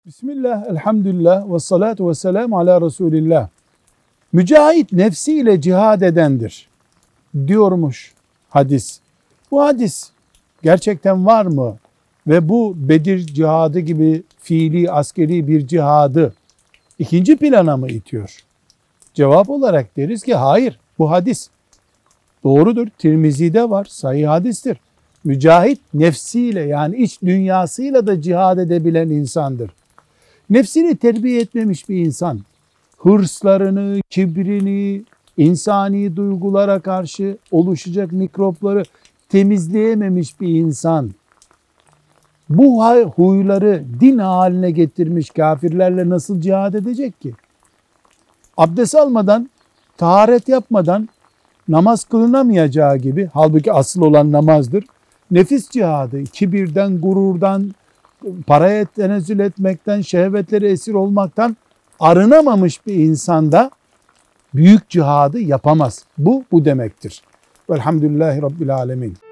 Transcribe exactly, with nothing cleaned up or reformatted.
Bismillah, elhamdülillah, ve salatu ve selamu ala Resulillah. Mücahit nefsiyle cihad edendir diyormuş hadis. Bu hadis gerçekten var mı? Ve bu Bedir cihadı gibi fiili askeri bir cihadı ikinci plana mı itiyor? Cevap olarak deriz ki hayır, bu hadis doğrudur. Tirmizi'de var, sahih hadistir. Mücahit nefsiyle, yani iç dünyasıyla da cihad edebilen insandır. Nefsini terbiye etmemiş bir insan, hırslarını, kibrini, insani duygulara karşı oluşacak mikropları temizleyememiş bir insan, bu huyları din haline getirmiş kafirlerle nasıl cihad edecek ki? Abdest almadan, taharet yapmadan namaz kılınamayacağı gibi, halbuki asıl olan namazdır. Nefis cihadı, kibirden, gururdan, paraya tenezzül etmekten, şehvetlere esir olmaktan arınamamış bir insanda büyük cihadı yapamaz. Bu, bu demektir. Velhamdülillahi Rabbil Alemin.